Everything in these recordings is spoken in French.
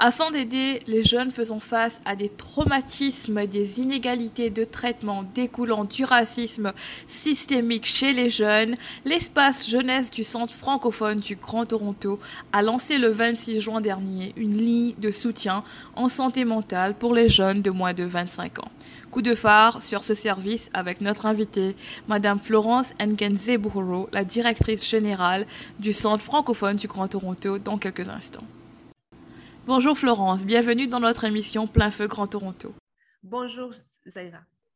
Afin d'aider les jeunes faisant face à des traumatismes et des inégalités de traitement découlant du racisme systémique chez les jeunes, l'espace jeunesse du Centre francophone du Grand Toronto a lancé le 26 juin dernier une ligne de soutien en santé mentale pour les jeunes de moins de 25 ans. Coup de phare sur ce service avec notre invitée, Madame Florence Ngenze-Buhoro, la directrice générale du Centre francophone du Grand Toronto, dans quelques instants. Bonjour Florence, bienvenue dans notre émission Plein Feu Grand Toronto. Bonjour Zaira.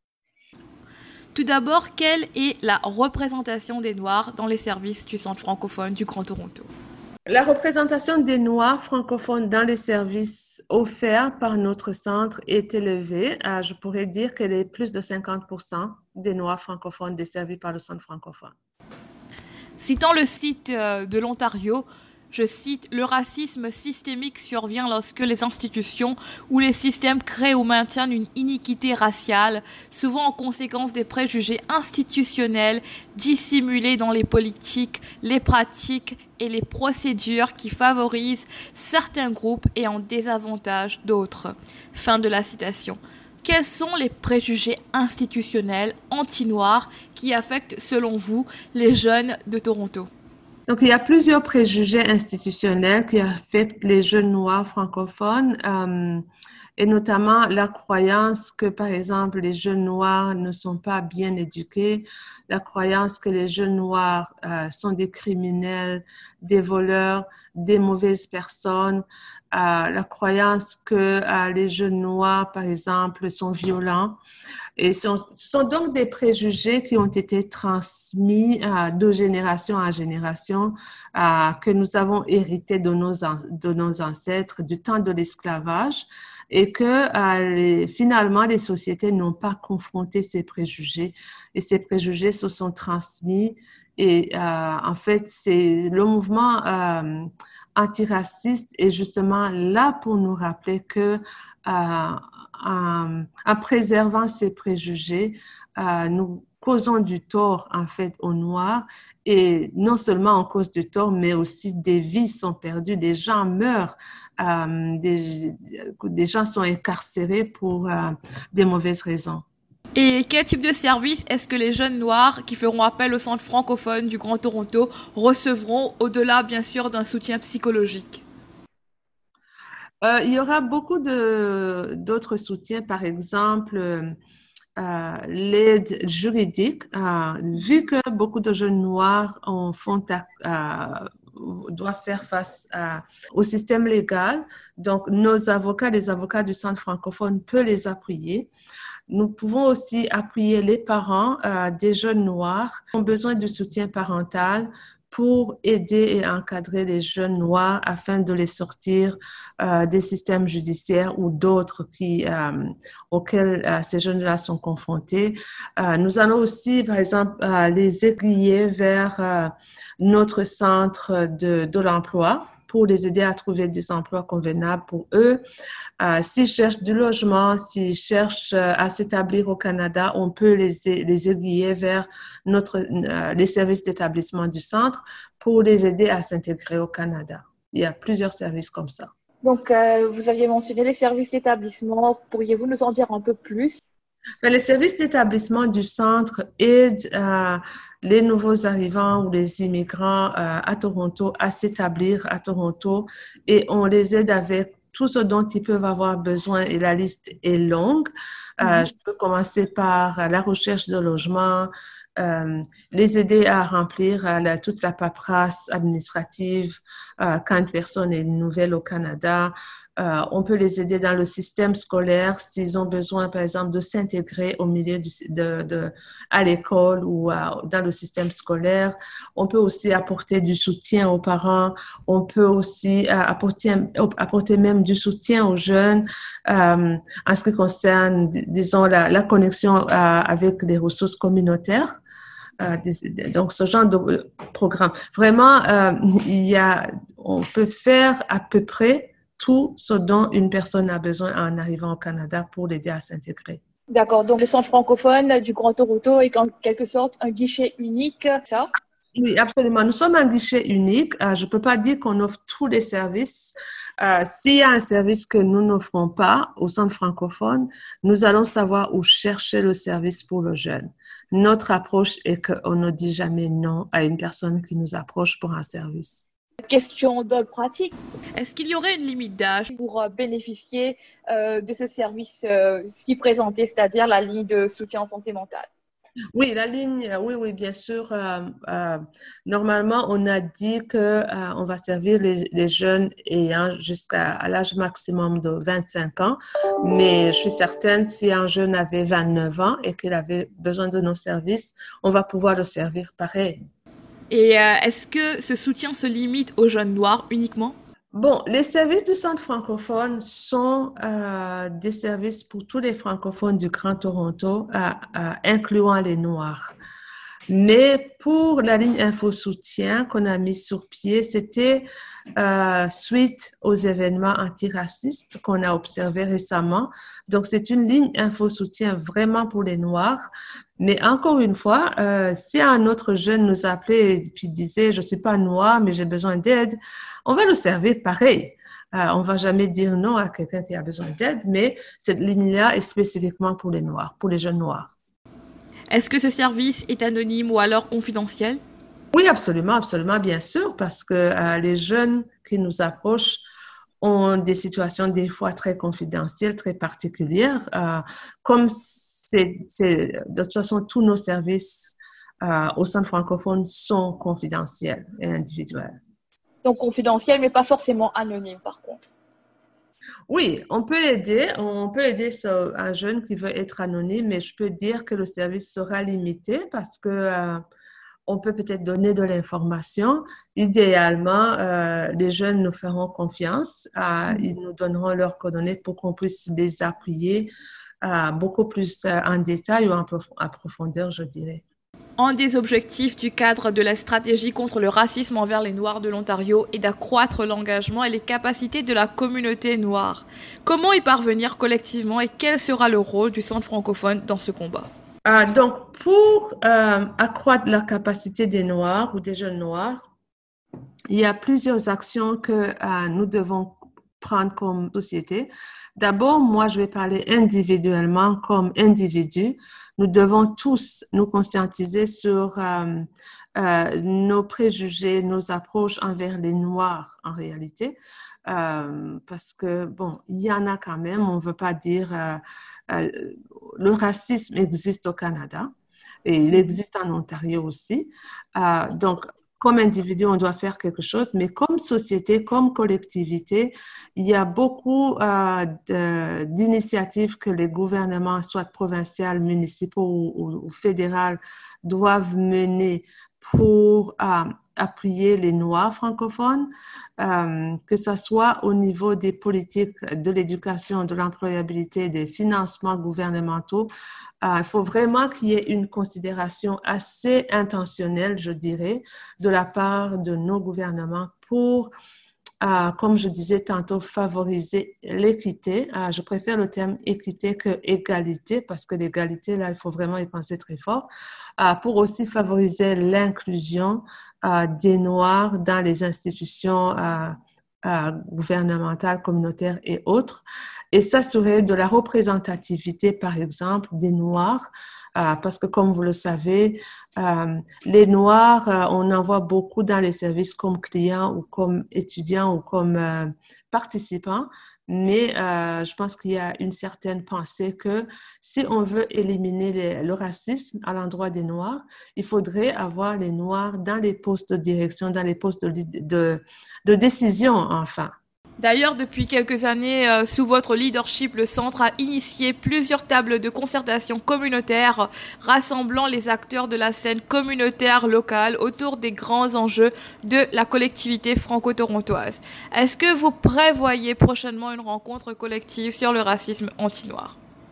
Tout d'abord, quelle est la représentation des Noirs dans les services du Centre francophone du Grand Toronto? La représentation des Noirs francophones dans les services offerts par notre centre est élevée. Je pourrais dire qu'elle est plus de 50% des Noirs francophones desservis par le centre francophone. Citant le site de l'Ontario, je cite, « Le racisme systémique survient lorsque les institutions ou les systèmes créent ou maintiennent une iniquité raciale, souvent en conséquence des préjugés institutionnels dissimulés dans les politiques, les pratiques et les procédures qui favorisent certains groupes et en désavantagent d'autres. » Fin de la citation. Quels sont les préjugés institutionnels anti-noirs qui affectent, selon vous, les jeunes de Toronto? Donc, il y a plusieurs préjugés institutionnels qui affectent les jeunes noirs francophones, et notamment la croyance que, par exemple, les jeunes noirs ne sont pas bien éduqués, la croyance que les jeunes noirs sont des criminels, des voleurs, des mauvaises personnes, la croyance que les jeunes noirs, par exemple, sont violents. Et ce sont donc des préjugés qui ont été transmis de génération en génération, que nous avons hérité de nos ancêtres du temps de l'esclavage, et que finalement les sociétés n'ont pas confronté ces préjugés, et ces préjugés se sont transmis. Et en fait, c'est le mouvement antiraciste est justement là pour nous rappeler que en préservant ces préjugés, nous causons du tort en fait aux Noirs, et non seulement on cause du tort, mais aussi des vies sont perdues, des gens meurent, des gens sont incarcérés pour des mauvaises raisons. Et quel type de service est-ce que les jeunes noirs qui feront appel au Centre francophone du Grand Toronto recevront, au-delà bien sûr d'un soutien psychologique? Il y aura beaucoup d'autres soutiens, par exemple l'aide juridique, vu que beaucoup de jeunes noirs doivent faire face au système légal. Donc, nos avocats, les avocats du Centre francophone peuvent les appuyer. Nous pouvons aussi appuyer les parents des jeunes noirs qui ont besoin de soutien parental pour aider et encadrer les jeunes noirs afin de les sortir des systèmes judiciaires ou d'autres auxquels ces jeunes-là sont confrontés. Nous allons aussi, par exemple, les aiguiller vers notre centre de l'emploi pour les aider à trouver des emplois convenables pour eux. S'ils cherchent du logement, s'ils cherchent à s'établir au Canada, on peut les aiguiller vers les services d'établissement du centre pour les aider à s'intégrer au Canada. Il y a plusieurs services comme ça. Donc, vous aviez mentionné les services d'établissement. Pourriez-vous nous en dire un peu plus? Les services d'établissement du centre aident les nouveaux arrivants ou les immigrants à Toronto à s'établir à Toronto, et on les aide avec tout ce dont ils peuvent avoir besoin, et la liste est longue. Je peux commencer par la recherche de logement, les aider à remplir toute la paperasse administrative quand une personne est nouvelle au Canada. On peut les aider dans le système scolaire s'ils ont besoin, par exemple, de s'intégrer au milieu à l'école ou dans le système scolaire. On peut aussi apporter du soutien aux parents. On peut aussi apporter même du soutien aux jeunes en ce qui concerne, disons, la connexion avec les ressources communautaires. Donc, ce genre de programme. Vraiment, on peut faire à peu près tout ce dont une personne a besoin en arrivant au Canada pour l'aider à s'intégrer. D'accord, donc le Centre francophone du Grand Toronto est en quelque sorte un guichet unique, ça? Oui, absolument. Nous sommes un guichet unique. Je ne peux pas dire qu'on offre tous les services. S'il y a un service que nous n'offrons pas au centre francophone, nous allons savoir où chercher le service pour le jeune. Notre approche est qu'on ne dit jamais non à une personne qui nous approche pour un service. Question de pratique Est-ce qu'il y aurait une limite d'âge? pour bénéficier de ce service si présenté, c'est-à-dire la ligne de soutien en santé mentale. Oui, la ligne, oui, bien sûr. Normalement, on a dit que on va servir les jeunes ayant jusqu'à l'âge maximum de 25 ans. Mais je suis certaine, si un jeune avait 29 ans et qu'il avait besoin de nos services, on va pouvoir le servir pareil. Et est-ce que ce soutien se limite aux jeunes noirs uniquement? Bon, les services du Centre francophone sont des services pour tous les francophones du Grand Toronto, incluant les Noirs. Mais pour la ligne Info Soutien qu'on a mis sur pied, c'était suite aux événements antiracistes qu'on a observés récemment. Donc, c'est une ligne Info Soutien vraiment pour les Noirs. Mais encore une fois, si un autre jeune nous appelait et puis disait « Je ne suis pas noir, mais j'ai besoin d'aide », on va le servir pareil. On ne va jamais dire non à quelqu'un qui a besoin d'aide, mais cette ligne-là est spécifiquement pour les Noirs, pour les jeunes Noirs. Est-ce que ce service est anonyme ou alors confidentiel? Oui, absolument, bien sûr, parce que les jeunes qui nous approchent ont des situations des fois très confidentielles, très particulières. Comme de toute façon, tous nos services au centre francophone sont confidentiels et individuels. Donc confidentiel, mais pas forcément anonyme par contre. Oui, on peut aider un jeune qui veut être anonyme, mais je peux dire que le service sera limité parce que on peut peut-être donner de l'information. Idéalement, les jeunes nous feront confiance, ils nous donneront leurs coordonnées pour qu'on puisse les appuyer beaucoup plus en détail ou en profondeur, je dirais. Un des objectifs du cadre de la stratégie contre le racisme envers les Noirs de l'Ontario est d'accroître l'engagement et les capacités de la communauté noire. Comment y parvenir collectivement et quel sera le rôle du Centre francophone dans ce combat? Donc, pour accroître la capacité des Noirs ou des jeunes Noirs, il y a plusieurs actions que nous devons prendre comme société. D'abord, moi, je vais parler individuellement comme individu. Nous devons tous nous conscientiser sur nos préjugés, nos approches envers les Noirs en réalité. Parce que, bon, il y en a quand même, on ne veut pas dire... le racisme existe au Canada et il existe en Ontario aussi. Donc, comme individu, on doit faire quelque chose, mais comme société, comme collectivité, il y a beaucoup d'initiatives que les gouvernements, soit provinciaux, municipaux ou fédéraux, doivent mener pour appuyer les Noirs francophones, que ce soit au niveau des politiques de l'éducation, de l'employabilité, des financements gouvernementaux. Il faut vraiment qu'il y ait une considération assez intentionnelle, je dirais, de la part de nos gouvernements pour, comme je disais tantôt, favoriser l'équité. Je préfère le terme équité que égalité parce que l'égalité, là, il faut vraiment y penser très fort. Pour aussi favoriser l'inclusion des Noirs dans les institutions gouvernementales, communautaires et autres, et s'assurer de la représentativité, par exemple, des Noirs, parce que comme vous le savez, les Noirs, on en voit beaucoup dans les services comme clients ou comme étudiants ou comme participants, mais je pense qu'il y a une certaine pensée que si on veut éliminer le racisme à l'endroit des Noirs, il faudrait avoir les Noirs dans les postes de direction, dans les postes de décision, enfin. D'ailleurs, depuis quelques années, sous votre leadership, le Centre a initié plusieurs tables de concertation communautaire rassemblant les acteurs de la scène communautaire locale autour des grands enjeux de la collectivité franco-torontoise. Est-ce que vous prévoyez prochainement une rencontre collective sur le racisme anti-noir?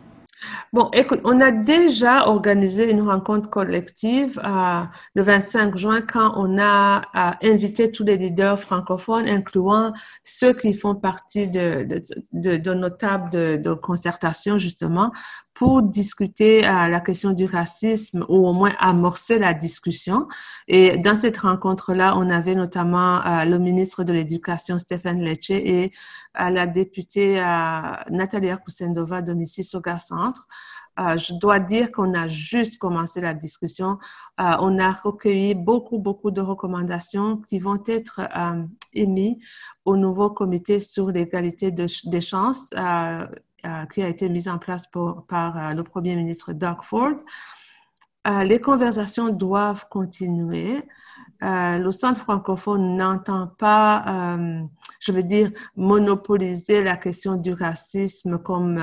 Bon, écoute, on a déjà organisé une rencontre collective le 25 juin quand on a invité tous les leaders francophones, incluant ceux qui font partie de nos tables de concertation, justement, pour discuter la question du racisme ou au moins amorcer la discussion. Et dans cette rencontre-là, on avait notamment le ministre de l'Éducation, Stéphane Lecce, et la députée Natalia Kusendova de Mississauga Centre. Je dois dire qu'on a juste commencé la discussion. On a recueilli beaucoup de recommandations qui vont être émises au nouveau comité sur l'égalité des chances qui a été mis en place par le Premier ministre Doug Ford. Les conversations doivent continuer. Le Centre francophone n'entend pas, je veux dire, monopoliser la question du racisme comme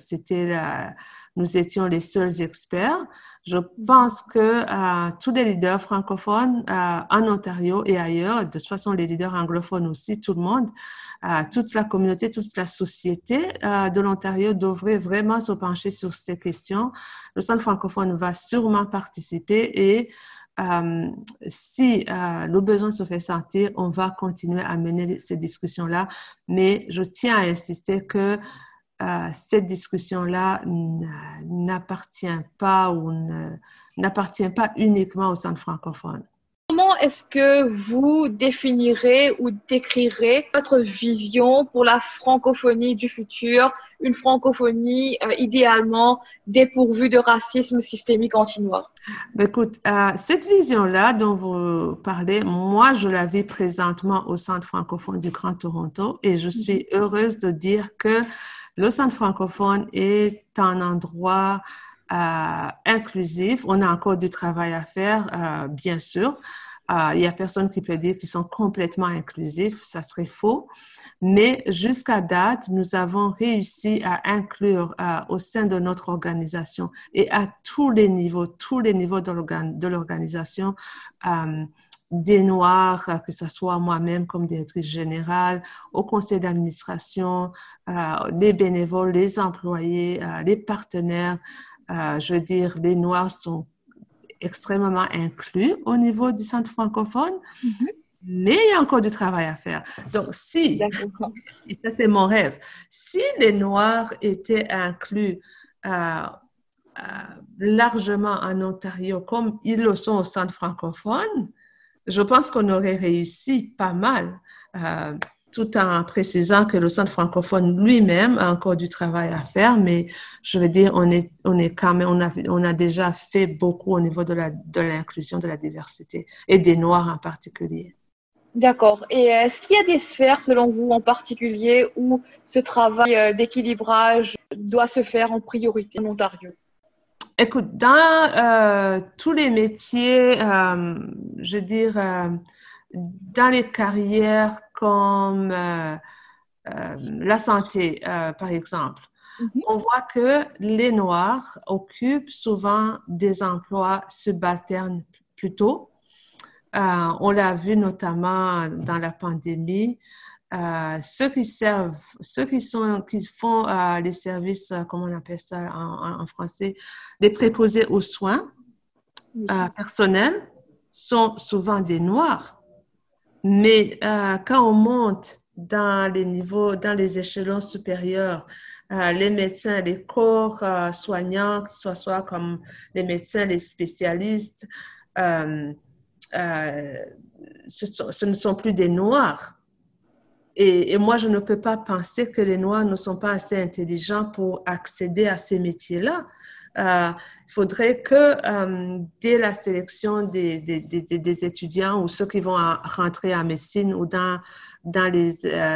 nous étions les seuls experts. Je pense que tous les leaders francophones en Ontario et ailleurs, de toute façon les leaders anglophones aussi, tout le monde, toute la communauté, toute la société de l'Ontario devrait vraiment se pencher sur ces questions. Le Centre francophone va sûrement participer et si le besoin se fait sentir, on va continuer à mener ces discussions-là. Mais je tiens à insister que cette discussion-là n'appartient pas uniquement au Centre francophone. Comment est-ce que vous définirez ou décrirez votre vision pour la francophonie du futur, une francophonie idéalement dépourvue de racisme systémique anti-noir? Écoute, cette vision-là dont vous parlez, moi, je la vis présentement au Centre francophone du Grand Toronto et je suis heureuse de dire que le Centre francophone est un endroit inclusif. On a encore du travail à faire, bien sûr. Il y a personne qui peut dire qu'ils sont complètement inclusifs, ça serait faux. Mais jusqu'à date, nous avons réussi à inclure au sein de notre organisation et à tous les niveaux de l'organisation, des Noirs, que ce soit moi-même comme directrice générale, au conseil d'administration, les bénévoles, les employés, les partenaires. Je veux dire, les Noirs sont extrêmement inclus au niveau du Centre francophone, mais il y a encore du travail à faire. Donc, et ça c'est mon rêve, si les Noirs étaient inclus largement en Ontario comme ils le sont au Centre francophone, je pense qu'on aurait réussi pas mal. Tout en précisant que le Centre francophone lui-même a encore du travail à faire, mais je veux dire, on a déjà fait beaucoup au niveau de l'inclusion, de la diversité et des Noirs en particulier. D'accord. Et est-ce qu'il y a des sphères, selon vous, en particulier, où ce travail d'équilibrage doit se faire en priorité en Ontario? Écoute, dans tous les métiers, je veux dire, dans les carrières comme la santé, par exemple, on voit que les Noirs occupent souvent des emplois subalternes plutôt. On l'a vu notamment dans la pandémie. Ceux qui font les services, comment on appelle ça en français, les préposés aux soins personnels sont souvent des Noirs. Mais quand on monte dans les échelons supérieurs, les médecins, les corps soignants, que ce soit comme les médecins, les spécialistes, ce ne sont plus des Noirs. Et moi, je ne peux pas penser que les Noirs ne sont pas assez intelligents pour accéder à ces métiers-là. Il faudrait que dès la sélection des étudiants ou ceux qui vont rentrer en médecine ou dans les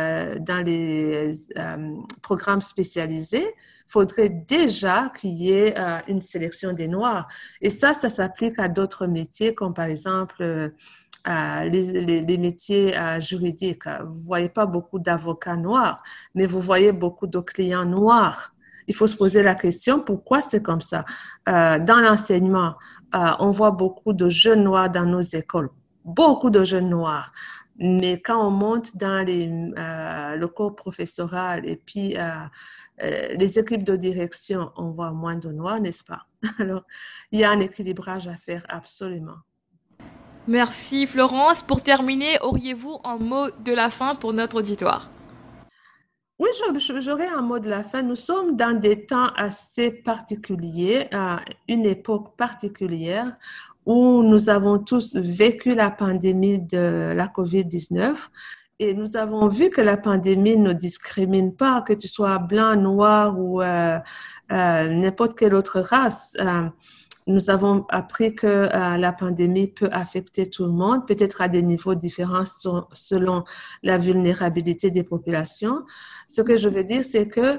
programmes spécialisés, il faudrait déjà qu'il y ait une sélection des Noirs. Et ça s'applique à d'autres métiers comme par exemple les métiers juridiques. Vous ne voyez pas beaucoup d'avocats noirs, mais vous voyez beaucoup de clients noirs. Il faut se poser la question, pourquoi c'est comme ça? Dans l'enseignement, on voit beaucoup de jeunes noirs dans nos écoles, beaucoup de jeunes noirs. Mais quand on monte dans le corps professoral et puis les équipes de direction, on voit moins de noirs, n'est-ce pas? Alors, il y a un équilibrage à faire absolument. Merci Florence. Pour terminer, auriez-vous un mot de la fin pour notre auditoire? Oui, j'aurais un mot de la fin. Nous sommes dans des temps assez particuliers, une époque particulière où nous avons tous vécu la pandémie de la COVID-19 et nous avons vu que la pandémie ne discrimine pas, que tu sois blanc, noir ou n'importe quelle autre race. Nous avons appris que la pandémie peut affecter tout le monde, peut-être à des niveaux différents selon la vulnérabilité des populations. Ce que je veux dire, c'est que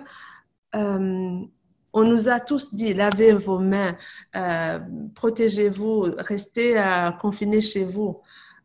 on nous a tous dit, lavez vos mains, protégez-vous, restez confinés chez vous.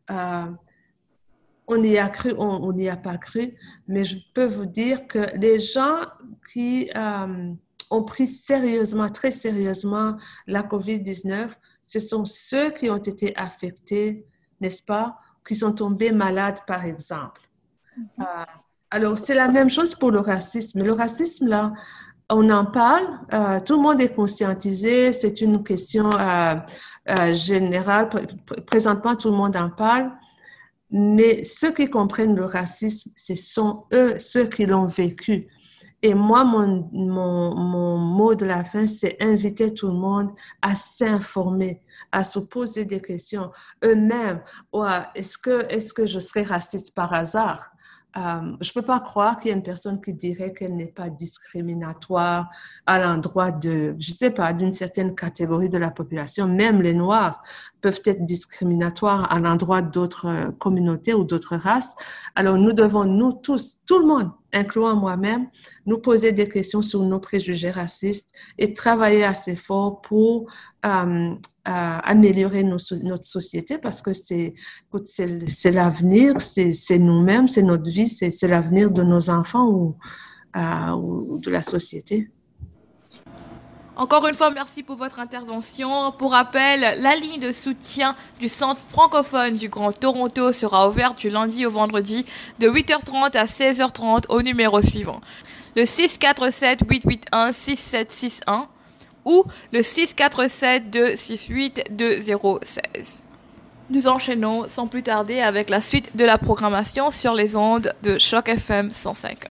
On y a cru, on n'y a pas cru, mais je peux vous dire que les gens qui ont pris sérieusement, très sérieusement la COVID-19, ce sont ceux qui ont été affectés, n'est-ce pas, qui sont tombés malades, par exemple. Alors, c'est la même chose pour le racisme. Le racisme, là, on en parle, tout le monde est conscientisé, c'est une question générale. Présentement, tout le monde en parle. Mais ceux qui comprennent le racisme, ce sont eux, ceux qui l'ont vécu. Et moi, mon mot de la fin, c'est inviter tout le monde à s'informer, à se poser des questions eux-mêmes. Est-ce que je serais raciste par hasard? Je ne peux pas croire qu'il y a une personne qui dirait qu'elle n'est pas discriminatoire à l'endroit de, je ne sais pas, d'une certaine catégorie de la population. Même les Noirs peuvent être discriminatoires à l'endroit d'autres communautés ou d'autres races. Alors, nous devons, nous tous, tout le monde, incluant moi-même, nous poser des questions sur nos préjugés racistes et travailler assez fort pour améliorer notre société parce que c'est l'avenir, c'est nous-mêmes, c'est notre vie, c'est l'avenir de nos enfants ou de la société. Encore une fois, merci pour votre intervention. Pour rappel, la ligne de soutien du Centre francophone du Grand Toronto sera ouverte du lundi au vendredi de 8h30 à 16h30 au numéro suivant. Le 647-881-6761 ou le 647-268-2016. Nous enchaînons sans plus tarder avec la suite de la programmation sur les ondes de Choc FM 105.